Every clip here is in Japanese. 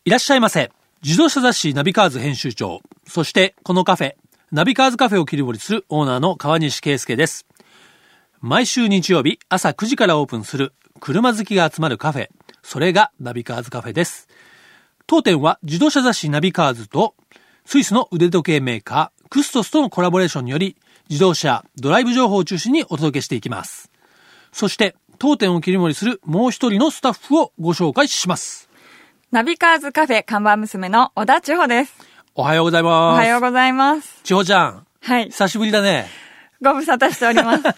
いらっしゃいませ。自動車雑誌ナビカーズ編集長、そしてこのカフェ、ナビカーズカフェを切り盛りするオーナーの川西圭介です。毎週日曜日朝9時からオープンする車好きが集まるカフェ、それがナビカーズカフェです。当店は自動車雑誌ナビカーズとスイスの腕時計メーカークストスとのコラボレーションにより、自動車ドライブ情報を中心にお届けしていきます。そして当店を切り盛りするもう一人のスタッフをご紹介します。 ナビカーズカフェ看板娘の小田千穂です。 おはようございます。 おはようございます。 千穂ちゃん、 はい、 久しぶりだね。 ご無沙汰しております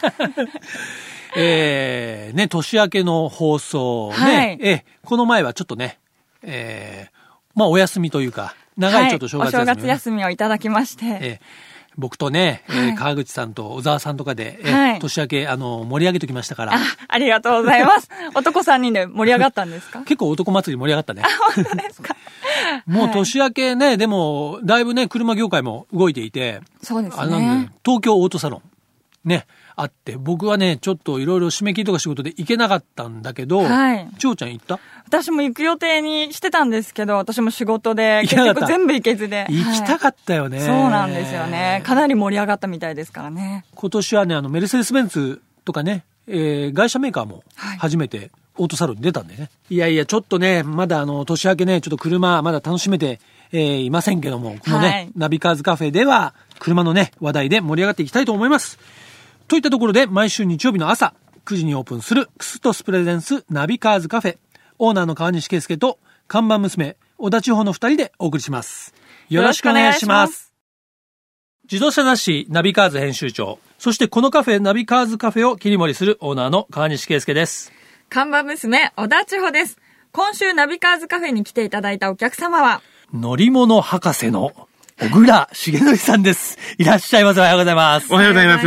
ね、年明けの放送ね、はい、この前はちょっとね、まあお休みというか長いちょっと正月休み、 お正月休みをいただきまして、 僕とね、川口さんと小沢さんとかで、年明け盛り上げときましたから。 ありがとうございます。男3人で盛り上がったんですか？ 結構男祭り盛り上がったね。 本当ですか？ もう年明けね、でもだいぶね車業界も動いていて、 そうですね。 なんで東京オートサロンねあって、僕はねちょっといろいろ締め切りとか仕事で行けなかったんだけど、千穂ちゃん行った？ 私も行く予定にしてたんですけど、私も仕事で結局全部行けずで。 行きたかったよね。 そうなんですよね。かなり盛り上がったみたいですからね。 今年はねメルセデス・ベンツとかね、外車メーカーも初めてオートサロンに出たんでね。いやいやちょっとねまだ年明けねちょっと車まだ楽しめて、いませんけども、このね、ナビカーズカフェでは車のね話題で盛り上がっていきたいと思います。といったところで、毎週日曜日の朝9時にオープンするクストスプレゼンスナビカーズカフェ、オーナーの川西圭介と看板娘小田千穂の2人でお送りします。よろしくお願いします。自動車雑誌ナビカーズ編集長、そしてこのカフェナビカーズカフェを切り盛りするオーナーの川西圭介です。 看板娘小田千穂です。今週ナビカーズカフェに来ていただいたお客様は乗り物博士の小倉重則さんです。いらっしゃいませ。おはようございます。 おはようございます。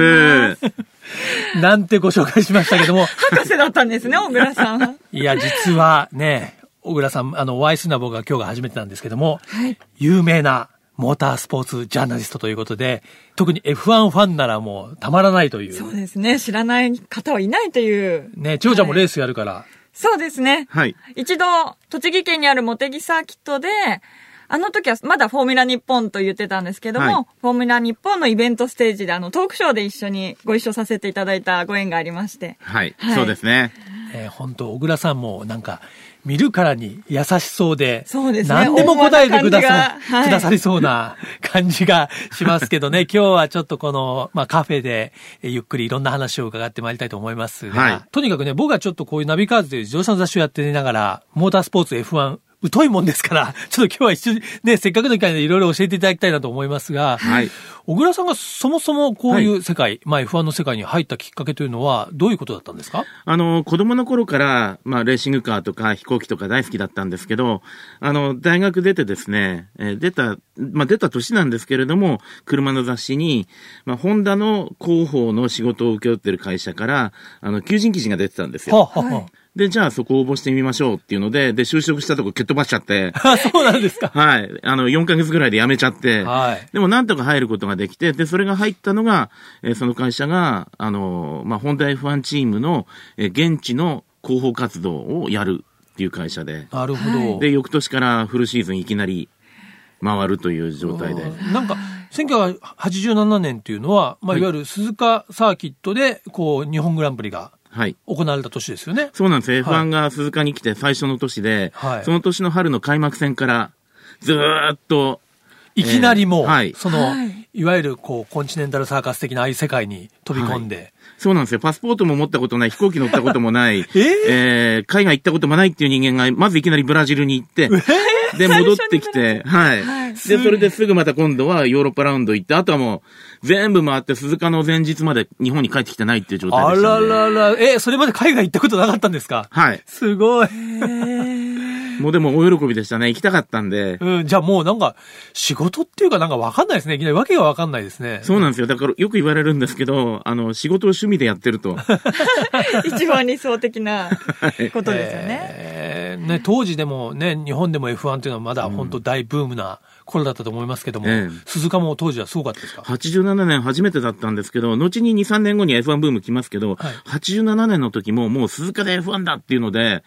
なんてご紹介しましたけども。 博士だったんですね、小倉さん。 いや、実はね、小倉さん、お会いするのは僕が今日が初めてなんですけども、有名なモータースポーツジャーナリストということで、特に F1 ファンならもうたまらないという。 そうですね。知らない方はいないという。 ね、千穂ちゃんもレースやるから。 そうですね。 はい。 一度、栃木県にある茂木サーキットで、あの時はまだフォーミュラ日本と言ってたんですけども、フォーミュラ日本のイベントステージでトークショーで一緒にご一緒させていただいたご縁がありまして。 はい。そうですね。 本当小倉さんもなんか見るからに優しそうで、 そうですね。 何でも答えてくださりそうな感じがしますけどね。今日はちょっとこの、カフェでゆっくりいろんな話を伺ってまいりたいと思いますが、とにかくね、僕はちょっとこういうナビカーズという自動車の雑誌をやっていながら、モータースポーツ F1、疎いもんですから、ちょっと今日は一緒にね、せっかくの機会でいろいろ教えていただきたいなと思いますが、小倉さんがそもそもこういう世界、F1 の世界に入ったきっかけというのはどういうことだったんですか？ 子供の頃から、レーシングカーとか飛行機とか大好きだったんですけど、大学出てですね、出た年なんですけれども、車の雑誌に、ホンダの広報の仕事を請け負ってる会社から、求人記事が出てたんですよ。で、じゃあそこ応募してみましょうっていうので、就職したとこ蹴っ飛ばしちゃって。 そうなんですか。 はい。4ヶ月ぐらいで辞めちゃって。でもなんとか入ることができて、で、それが入ったのが、その会社が、ホンダ F1 チームの、現地の広報活動をやるっていう会社で。 なるほど。 で、翌年からフルシーズンいきなり回るという状態で。 なんか、1987年っていうのは、いわゆる鈴鹿サーキットで、日本グランプリが、行われた年ですよね。 そうなんです。F1 が鈴鹿に来て最初の年で、その年の春の開幕戦からずーっと、 いきなりもう、いわゆるコンチネンタルサーカス的なああいう世界に飛び込んで、 そうなんですよ。パスポートも持ったことない、飛行機乗ったこともない、海外行ったこともないっていう人間が、まずいきなりブラジルに行って、で、戻ってきて、で、それですぐまた今度はヨーロッパラウンド行って、あとはもう、全部回って鈴鹿の前日まで日本に帰ってきてないっていう状態でしたね。 あららら、それまで海外行ったことなかったんですか？ はい。 すごい。 もうでも大喜びでしたね。行きたかったんで。 じゃあもうなんか、仕事っていうかなんかわかんないですね。いきなりわけがわかんないですね。 そうなんですよ。だからよく言われるんですけど、仕事を趣味でやってると。 一番理想的なことですよね。 当時でもね、日本でも F1 っていうのはまだ本当大ブームな頃だったと思いますけども、鈴鹿も当時はすごかったですか ？87年初めてだったんですけど、後に2、3年後に F1 ブーム来ますけど、87年の時ももう鈴鹿で F1 だっていうので、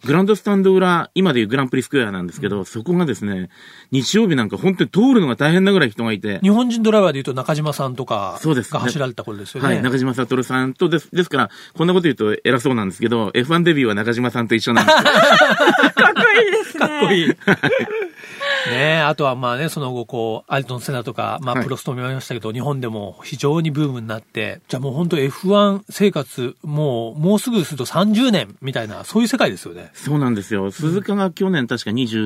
グランドスタンド裏、今でいうグランプリスクエアなんですけど、そこがですね、日曜日なんか本当に通るのが大変なぐらい人がいて。 日本人ドライバーでいうと中島さんとかが走られた頃ですよね。 はい、中島悟さんとですから、こんなこと言うと偉そうなんですけど、F1 デビューは中島さんと一緒なんですよ。 かっこいいですね。 かっこいい。ね、あとはまあね、その後こうアイルトン・セナとか、まあプロストも言われましたけど、日本でも非常にブームになって、じゃあもう本当 F1 生活もうすぐすると30年みたいな、そういう世界ですよね。 そうなんですよ。鈴鹿が去年確か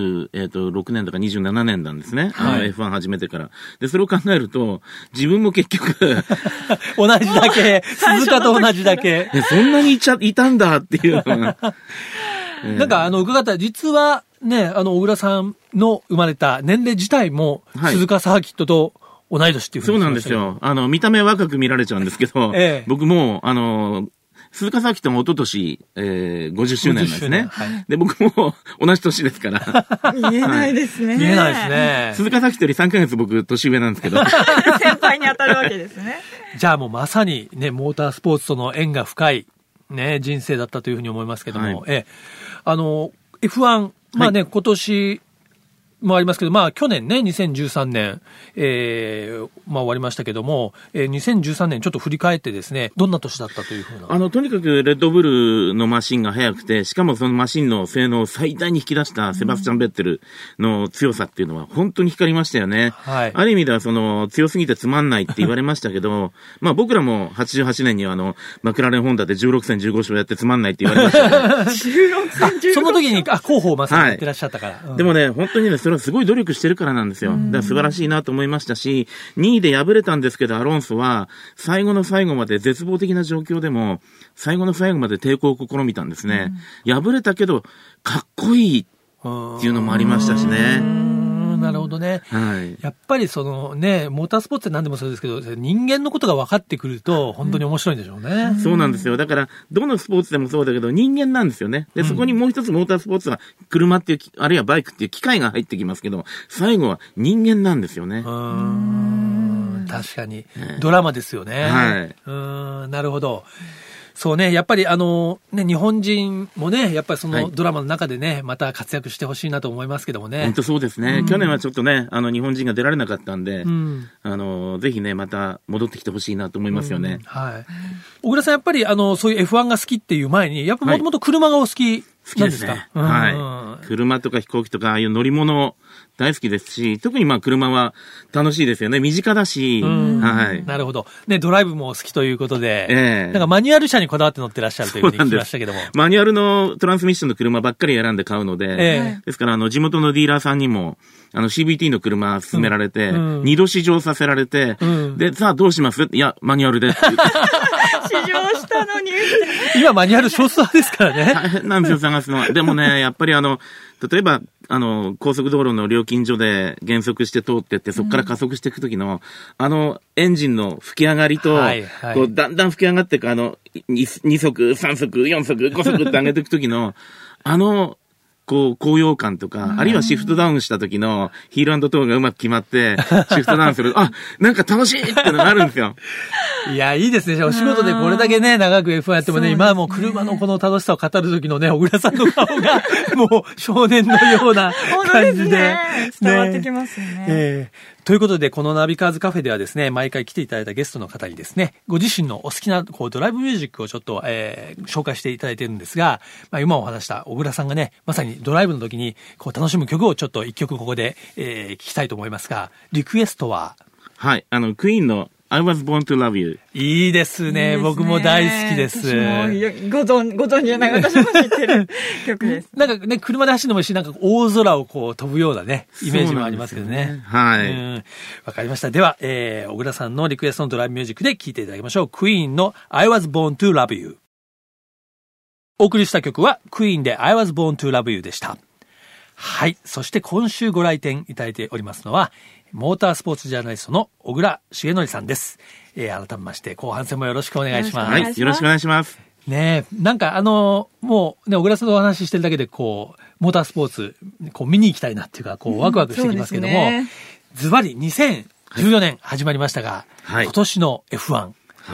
26年とか27年なんですね。F1 始めてから。で、それを考えると、自分も結局同じだけ、鈴鹿と同じだけ。 そんなにいたんだっていうのが。 なんか伺った実はね、小倉さんの生まれた年齢自体も、鈴鹿サーキットと同い年っていうふうに、 そうなんですよ。見た目若く見られちゃうんですけど、僕も鈴鹿サーキットも一昨年、50周年なんですね。はい、で、僕も同じ年ですから。 見えないですね。 見えないですね。 鈴鹿サーキットより3ヶ月僕年上なんですけど。 先輩に当たるわけですね。 じゃあもうまさにね、モータースポーツとの縁が深いね、人生だったというふうに思いますけども、F1、まあね、今年もありますけど、まあ去年ね、2013年、まあ終わりましたけども、2013年ちょっと振り返ってですね、どんな年だったというふうな。 とにかくレッドブルのマシンが速くて、しかもそのマシンの性能を最大に引き出したセバスチャン・ベッテルの強さっていうのは本当に光りましたよね。はい。ある意味では強すぎてつまんないって言われましたけど、まあ僕らも88年にはマクラーレンホンダで16戦15勝やってつまんないって言われましたね。 16戦15勝。 その時に、候補をまさにやってらっしゃったから。 でもね、本当にね、それはすごい努力してるからなんですよ。だから素晴らしいなと思いましたし、2位で敗れたんですけど、アロンソは、最後の最後まで絶望的な状況でも、最後の最後まで抵抗を試みたんですね。敗れたけど、かっこいいっていうのもありましたしね。 なるほどね。 はい。 やっぱりモータースポーツって何でもそうですけど、人間のことが分かってくると、本当に面白いんでしょうね。 そうなんですよ。だから、どのスポーツでもそうだけど、人間なんですよね。で、そこにもう一つモータースポーツは、車っていう、あるいはバイクっていう機械が入ってきますけど、最後は人間なんですよね。 確かに。ドラマですよね。 はい。 なるほど。そうね、やっぱり日本人もね、やっぱりそのドラマの中でね、また活躍してほしいなと思いますけどもね。 本当そうですね。去年はちょっとね、日本人が出られなかったんで、ぜひね、また戻ってきてほしいなと思いますよね。 はい。小倉さん、やっぱりそういう F1 が好きっていう前に、やっぱもともと車がお好きなんですか？ 好きですね。はい。車とか飛行機とか、ああいう乗り物大好きですし、特にまあ車は楽しいですよね。身近だし。はい。 なるほど。ね、ドライブも好きということで、なんかマニュアル車にこだわって乗ってらっしゃるというふうに聞きましたけども。 マニュアルのトランスミッションの車ばっかり選んで買うので、ですから地元のディーラーさんにも、CVT の車勧められて、2度試乗させられて、で、さあどうします？いや、マニュアルです。試乗したのに。 今マニュアル少数派ですからね。 大変なんですよ、探すのは。でもね、やっぱり例えば、高速道路の料金所で減速して通ってって、そこから加速していくときの、エンジンの吹き上がりと、こう、だんだん吹き上がっていく、2速、3速、4速、5速って上げていくときの、こう、高揚感とか、あるいはシフトダウンした時のヒール&トーがうまく決まって、シフトダウンする。なんか楽しいってのがあるんですよ。 いや、いいですね。お仕事でこれだけね、長く F1 やってもね、今はもう車のこの楽しさを語る時のね、小倉さんの顔が、もう少年のような感じで。 伝わってきますよね。 ということで、このナビカーズカフェではですね、毎回来ていただいたゲストの方にですね、ご自身のお好きなドライブミュージックをちょっと、紹介していただいているんですが、今お話した小倉さんがね、まさにドライブの時に楽しむ曲をちょっと一曲ここで、聞きたいと思いますが、リクエストは？ はい、クイーンのI was born to love you。 いいですね。僕も大好きです。 私もご存知じゃない。私も知ってる曲です。 なんかね、車で走るのもいいし、なんか大空をこう飛ぶようなね、イメージもありますけどね。 はい。 わかりました。では、小倉さんのリクエストのドライブミュージックで聴いていただきましょう。クイーンの I was born to love you。お送りした曲はクイーンで I was born to love you でした。はい。そして今週ご来店いただいておりますのは、モータースポーツジャーナリストの小倉重則さんです。改めまして後半戦もよろしくお願いします。 はい、よろしくお願いします。 ねえ、なんかもうね、小倉さんとお話ししてるだけでモータースポーツ見に行きたいなっていうかワクワクしてきますけども、ズバリ2014年始まりましたが、今年の F1。 はい。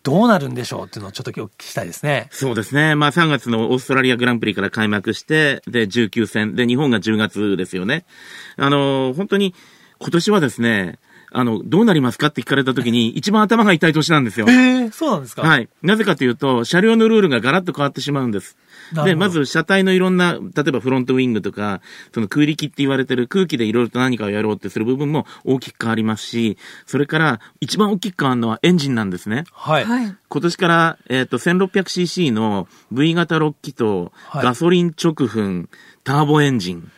どうなるんでしょうっていうのをちょっと今日聞きたいですね。 そうですね。まあ3月のオーストラリアグランプリから開幕して、で、19戦、で、日本が10月ですよね。本当に今年はですね、どうなりますかって聞かれた時に一番頭が痛い年なんですよ。 そうなんですか？ はい。なぜかというと、車両のルールがガラッと変わってしまうんです。で、まず車体のいろんな、例えばフロントウィングとか、その空力って言われてる空気でいろいろと何かをやろうってする部分も大きく変わりますし、それから一番大きく変わるのはエンジンなんですね。 はい。 今年から、1600cc の V 型6気筒、ガソリン直噴、ターボエンジン。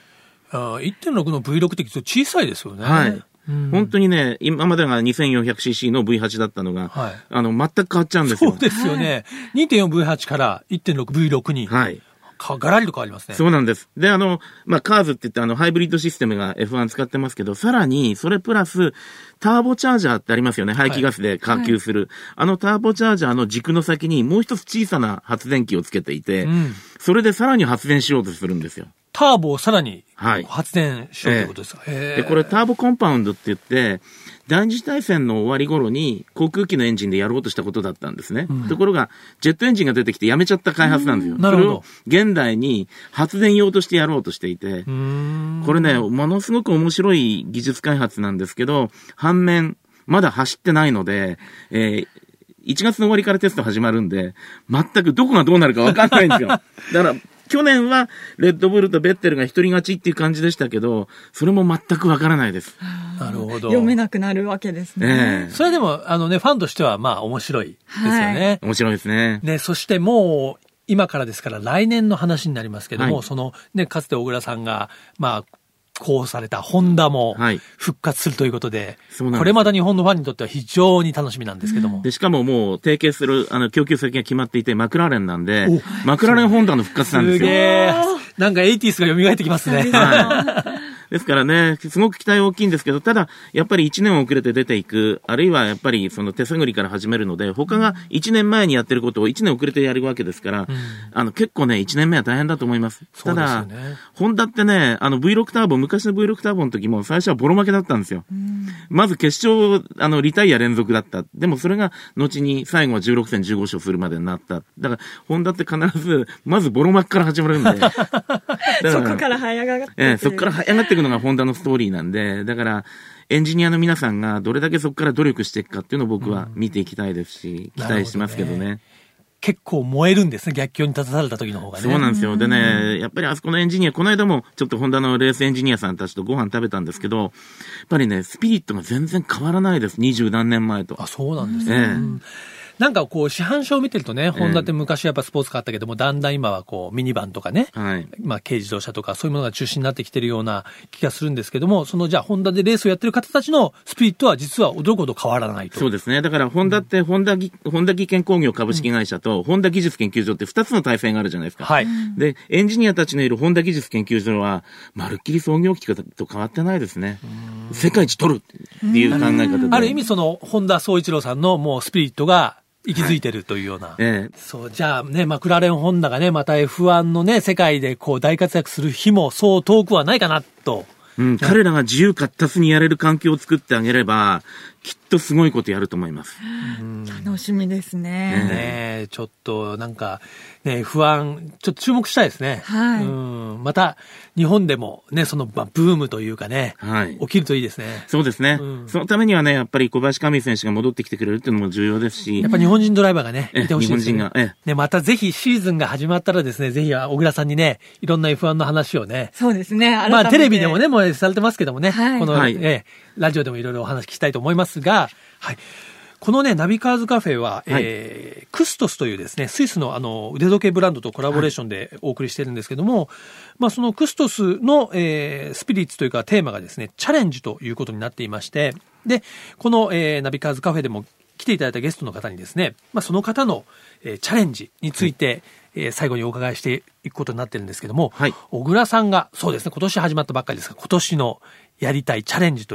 1.6 の V6 って小さいですよね。 はい。本当にね、今までが 2400cc の V8 だったのが、全く変わっちゃうんですよ。 そうですよね。2.4V8 から 1.6V6 に。ガラリと変わりますね。 そうなんです。で、カーズって言ってハイブリッドシステムが F1 使ってますけど、さらに、それプラス、ターボチャージャーってありますよね。排気ガスで下給する。ターボチャージャーの軸の先にもう一つ小さな発電機をつけていて、それでさらに発電しようとするんですよ。 ターボをさらに発電しようということですか？ で、これターボコンパウンドって言って、第二次大戦の終わり頃に航空機のエンジンでやろうとしたことだったんですね。ところが、ジェットエンジンが出てきてやめちゃった開発なんですよ。 なるほど。 それを現代に発電用としてやろうとしていて、これね、ものすごく面白い技術開発なんですけど、反面、まだ走ってないので、1月の終わりからテスト始まるんで、全くどこがどうなるか分かんないんですよ。だから、去年はレッドブルとベッテルが一人勝ちっていう感じでしたけど、それも全くわからないです。 なるほど。 読めなくなるわけですね。 それでも、ファンとしては面白いですよね。 面白いですね。 ね、そしてもう、今からですから来年の話になりますけども、かつて小倉さんが、候補されたホンダも復活するということで、これまた日本のファンにとっては非常に楽しみなんですけども。 で、しかももう提携する供給先が決まっていてマクラーレンなんで、マクラーレンホンダの復活なんですよ。 すげえ。なんか80s が蘇ってきますね。 ですからね、すごく期待大きいんですけど、ただ、やっぱり1年遅れて出ていく、あるいはやっぱりその手探りから始めるので、他が1年前にやってることを1年遅れてやるわけですから、結構ね、1年目は大変だと思います。ただ、ホンダってね、V6 ターボ、昔の V6 ターボの時も最初はボロ負けだったんですよ。まず決勝、リタイア連続だった。でもそれが、後に最後は16戦15勝するまでになった。だから、ホンダって必ず、まずボロ負けから始まるんで。 そこから這い上がって。 そこから這い上がっていくのがホンダのストーリーなんで、だから、エンジニアの皆さんがどれだけそこから努力していくかっていうのを僕は見ていきたいですし、期待しますけどね。 結構燃えるんですね、逆境に立たされた時の方がね。 そうなんですよ。でね、やっぱりあそこのエンジニア、この間もちょっとホンダのレースエンジニアさんたちとご飯食べたんですけど、やっぱりね、スピリットが全然変わらないです。20何年前と。 あ、そうなんですね。なんかこう、市販車を見てるとね、ホンダって昔やっぱスポーツカーあったけども、だんだん今はこう、ミニバンとかね、軽自動車とかそういうものが中心になってきてるような気がするんですけども、じゃあホンダでレースをやってる方たちのスピリットは実は驚くほど変わらないと。 そうですね。だからホンダって、ホンダ技研工業株式会社と、ホンダ技術研究所って2つの体制があるじゃないですか。はい。で、エンジニアたちのいるホンダ技術研究所は、まるっきり創業期と変わってないですね。世界一取るっていう考え方で。 ある意味本田宗一郎さんのもうスピリットが、息づいてるというような。そう、じゃあね、マクラーレンホンダがね、また F1 のね、世界でこう大活躍する日もそう遠くはないかなと。 彼らが自由闊達にやれる環境を作ってあげれば、きっとすごいことやると思います。 楽しみですね。 ちょっとなんか、ね、F1、ちょっと注目したいですね。また、日本でもね、ブームというかね、起きるといいですね。 そうですね。そのためにはね、やっぱり小林可美選手が戻ってきてくれるっていうのも重要ですし。 やっぱ日本人ドライバーがね、いてほしいですね。 日本人が。 ね、またぜひシーズンが始まったらですね、ぜひ小倉さんにね、いろんな F1 の話をね。 そうですね。 テレビでもね、もうされてますけどもね、この、ラジオでもいろいろお話聞きたいと思いますが、このね、ナビカーズカフェは、クストスというですね、スイスの腕時計ブランドとコラボレーションでお送りしてるんですけども、そのクストスの、スピリッツというかテーマがですね、チャレンジということになっていまして、で、この、ナビカーズカフェでも来ていただいたゲストの方にですね、その方の、チャレンジについて、最後にお伺いしていくことになってるんですけども、小倉さんが、そうですね、今年始まったばっかりですが、今年のやりたいチャレンジというのを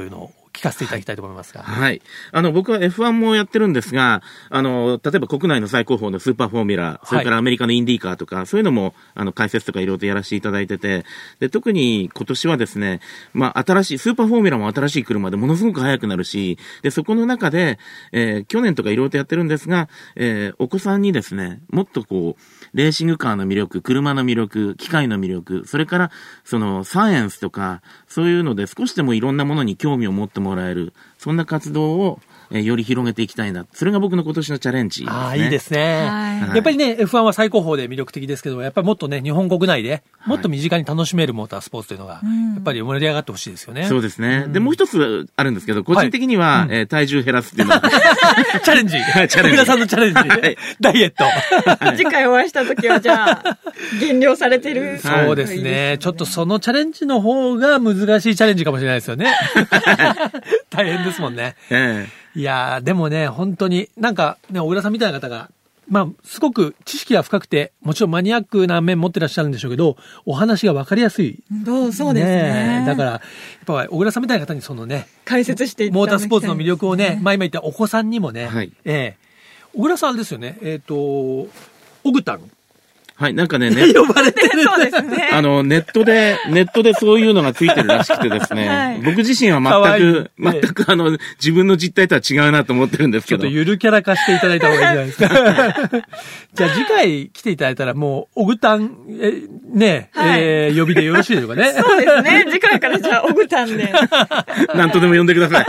聞かせていただきたいと思いますが。 はい。僕は F1 もやってるんですが、例えば国内の最高峰のスーパーフォーミュラ、それからアメリカのインディーカーとか、そういうのも、解説とかいろいろとやらせていただいてて、で、特に今年はですね、まあ、スーパーフォーミュラも新しい車でものすごく速くなるし、で、そこの中で、去年とかいろいろとやってるんですが、お子さんにですね、もっとこう、レーシングカーの魅力、車の魅力、機械の魅力、それから、サイエンスとか、そういうので少しでもいろんなものに興味を持ってもらえる、そんな活動を、より広げていきたいな。それが僕の今年のチャレンジですね。 ああ、いいですね。やっぱりね、F1 は最高峰で魅力的ですけど、やっぱりもっとね、日本国内でもっと身近に楽しめるモータースポーツというのが、やっぱり盛り上がってほしいですよね。 そうですね。で、もう一つあるんですけど、個人的には、体重減らすっていうのは。 チャレンジ。小倉さんのチャレンジ。ダイエット。 次回お会いした時は、じゃあ、減量されてる。 そうですね。ちょっとそのチャレンジの方が難しいチャレンジかもしれないですよね。大変ですもんね。いやー、でもね、本当に、なんかね、小倉さんみたいな方が、まあ、すごく知識が深くて、もちろんマニアックな面持ってらっしゃるんでしょうけど、お話が分かりやすい。 そうですね。 だから、やっぱ小倉さんみたいな方にそのね、 解説していただきたい。 モータースポーツの魅力をね、前今言ったお子さんにもね、 はい、 小倉さんあれですよね、オグタン。 はい、なんかね、 呼ばれてる。 そうですね。 ネットでそういうのがついてるらしくてですね、はい、僕自身は全く自分の実態とは違うなと思ってるんですけど。 ちょっとゆるキャラ化していただいた方がいいじゃないですか。じゃあ次回来ていただいたらもう、オグタン、呼びでよろしいでしょうかね。 そうですね。次回からじゃあ、オグタンで。 なんとでも呼んでください。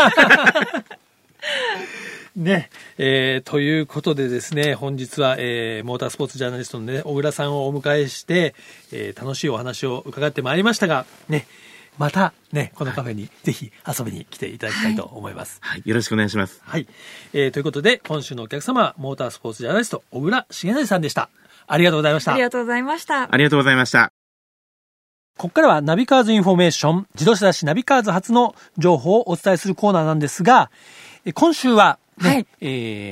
ね、ということでですね、本日は、モータースポーツジャーナリストのね、小倉さんをお迎えして、楽しいお話を伺ってまいりましたが、ね、またね、このカフェにぜひ遊びに来ていただきたいと思います。 はい、よろしくお願いします。 はい。ということで、今週のお客様は、モータースポーツジャーナリスト、小倉重成さんでした。ありがとうございました。 ありがとうございました。 ありがとうございました。 ここからはナビカーズインフォメーション、自動車雑誌ナビカーズ初の情報をお伝えするコーナーなんですが、今週は、ね、はい、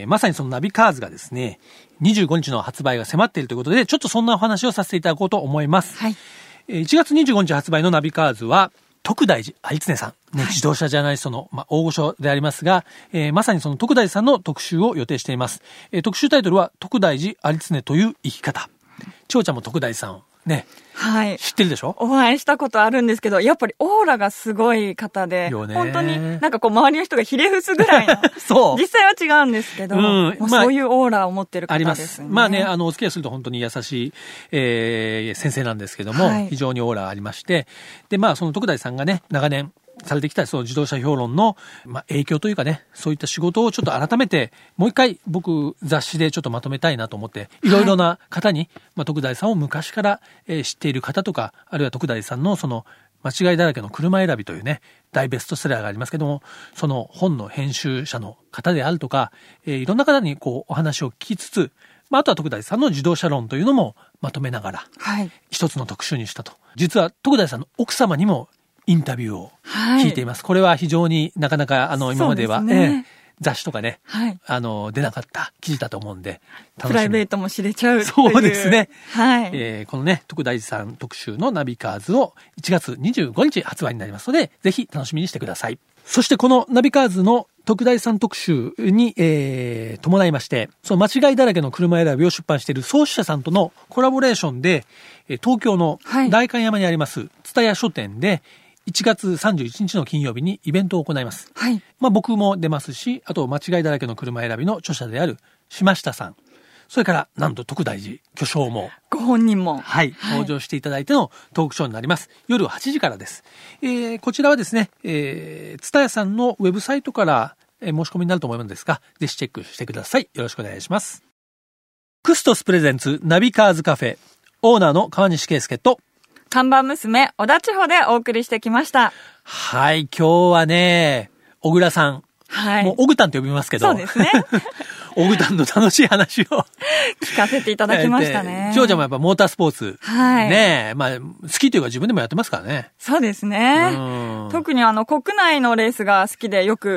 まさにそのナビカーズがですね、25日の発売が迫っているということで、ちょっとそんなお話をさせていただこうと思います。はい、1月25日発売のナビカーズは、徳大寺有常さん、ね、自動車ジャーナリストの、大御所でありますが、まさにその徳大寺さんの特集を予定しています。特集タイトルは、徳大寺有常という生き方。長ちゃんも徳大寺さんをね、 はい。 知ってるでしょ？ お会いしたことあるんですけど、やっぱりオーラがすごい方で、本当になんかこう周りの人がひれ伏すぐらいの、そう。実際は違うんですけど、そういうオーラを持ってる方ですね。 まあね、お付き合いすると本当に優しい、先生なんですけども、はい、非常にオーラがありまして、で、その徳大さんがね、長年、されてきたその自動車評論の、影響というかね、そういった仕事をちょっと改めてもう一回僕雑誌でちょっとまとめたいなと思っていろいろな方に、徳大さんを昔から、知っている方とか、あるいは徳大さんのその間違いだらけの車選びというね大ベストセラーがありますけども、その本の編集者の方であるとか、いろんな方にこうお話を聞きつつ、あとは徳大さんの自動車論というのもまとめながら、一つの特集にしたと。実は徳大さんの奥様にもインタビューを聞いています。これは非常になかなか今までは、雑誌とかね、出なかった記事だと思うんで、 プライベートも知れちゃう。 そうですね。 はい。 このね、徳大寺さん特集のナビカーズを1月25日発売になりますので、ぜひ楽しみにしてください。そしてこのナビカーズの徳大寺さん特集に、伴いまして、その間違いだらけの車選びを出版している創始者さんとのコラボレーションで、東京の代官山にあります蔦屋書店で、1月31日の金曜日にイベントを行います。はい。僕も出ますし、あと間違いだらけの車選びの著者である島下さん。それからなんと徳大寺巨匠も。 ご本人も。 はい。登場していただいてのトークショーになります。夜8時からです。こちらはですね、蔦屋さんのウェブサイトから申し込みになると思うんですが、ぜひチェックしてください。よろしくお願いします。クストスプレゼンツナビカーズカフェ、オーナーの川西圭介と、 看板娘、小田千穂でお送りしてきました。 はい、今日はね、小倉さん。はい。もう、オグタンと呼びますけど。 そうですね。 オグタンの楽しい話を聞かせていただきましたね。 長ちゃんもやっぱモータースポーツ。はい。ねえ、好きというか自分でもやってますからね。 そうですね。特に国内のレースが好きでよく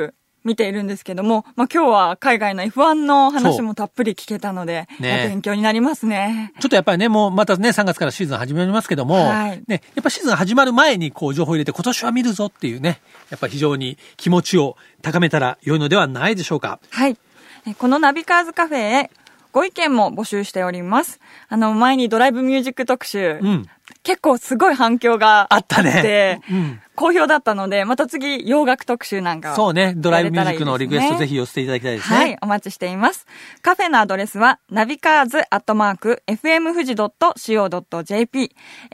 見ているんですけども、今日は海外の F1 の話もたっぷり聞けたので、勉強になりますね。 ちょっとやっぱりね、もうまたね、3月からシーズン始まりますけども、ね、やっぱシーズン始まる前にこう情報を入れて今年は見るぞっていうね、やっぱり非常に気持ちを高めたら良いのではないでしょうか。 はい。このナビカーズカフェへご意見も募集しております。前にドライブミュージック特集、結構すごい反響があって、好評だったので、また次洋楽特集なんかを、 そうね、ドライブミュージックのリクエストぜひ寄せていただきたいですね。 はい、お待ちしています。カフェのアドレスはナビカーズ@fmfuji.co.jp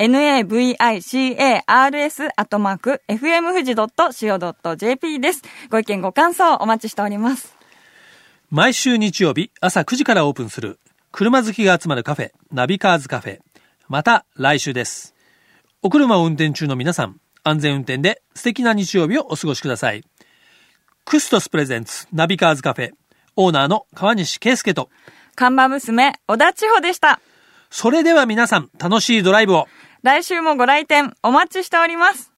navicars@fmfuji.co.jp です。ご意見ご感想お待ちしております。 毎週日曜日朝9時からオープンする車好きが集まるカフェ、ナビカーズカフェ。また来週です。お車を運転中の皆さん、安全運転で素敵な日曜日をお過ごしください。クストスプレゼンツナビカーズカフェ、オーナーの川西圭介と看板娘小田千穂でした。 それでは皆さん、楽しいドライブを。 来週もご来店お待ちしております。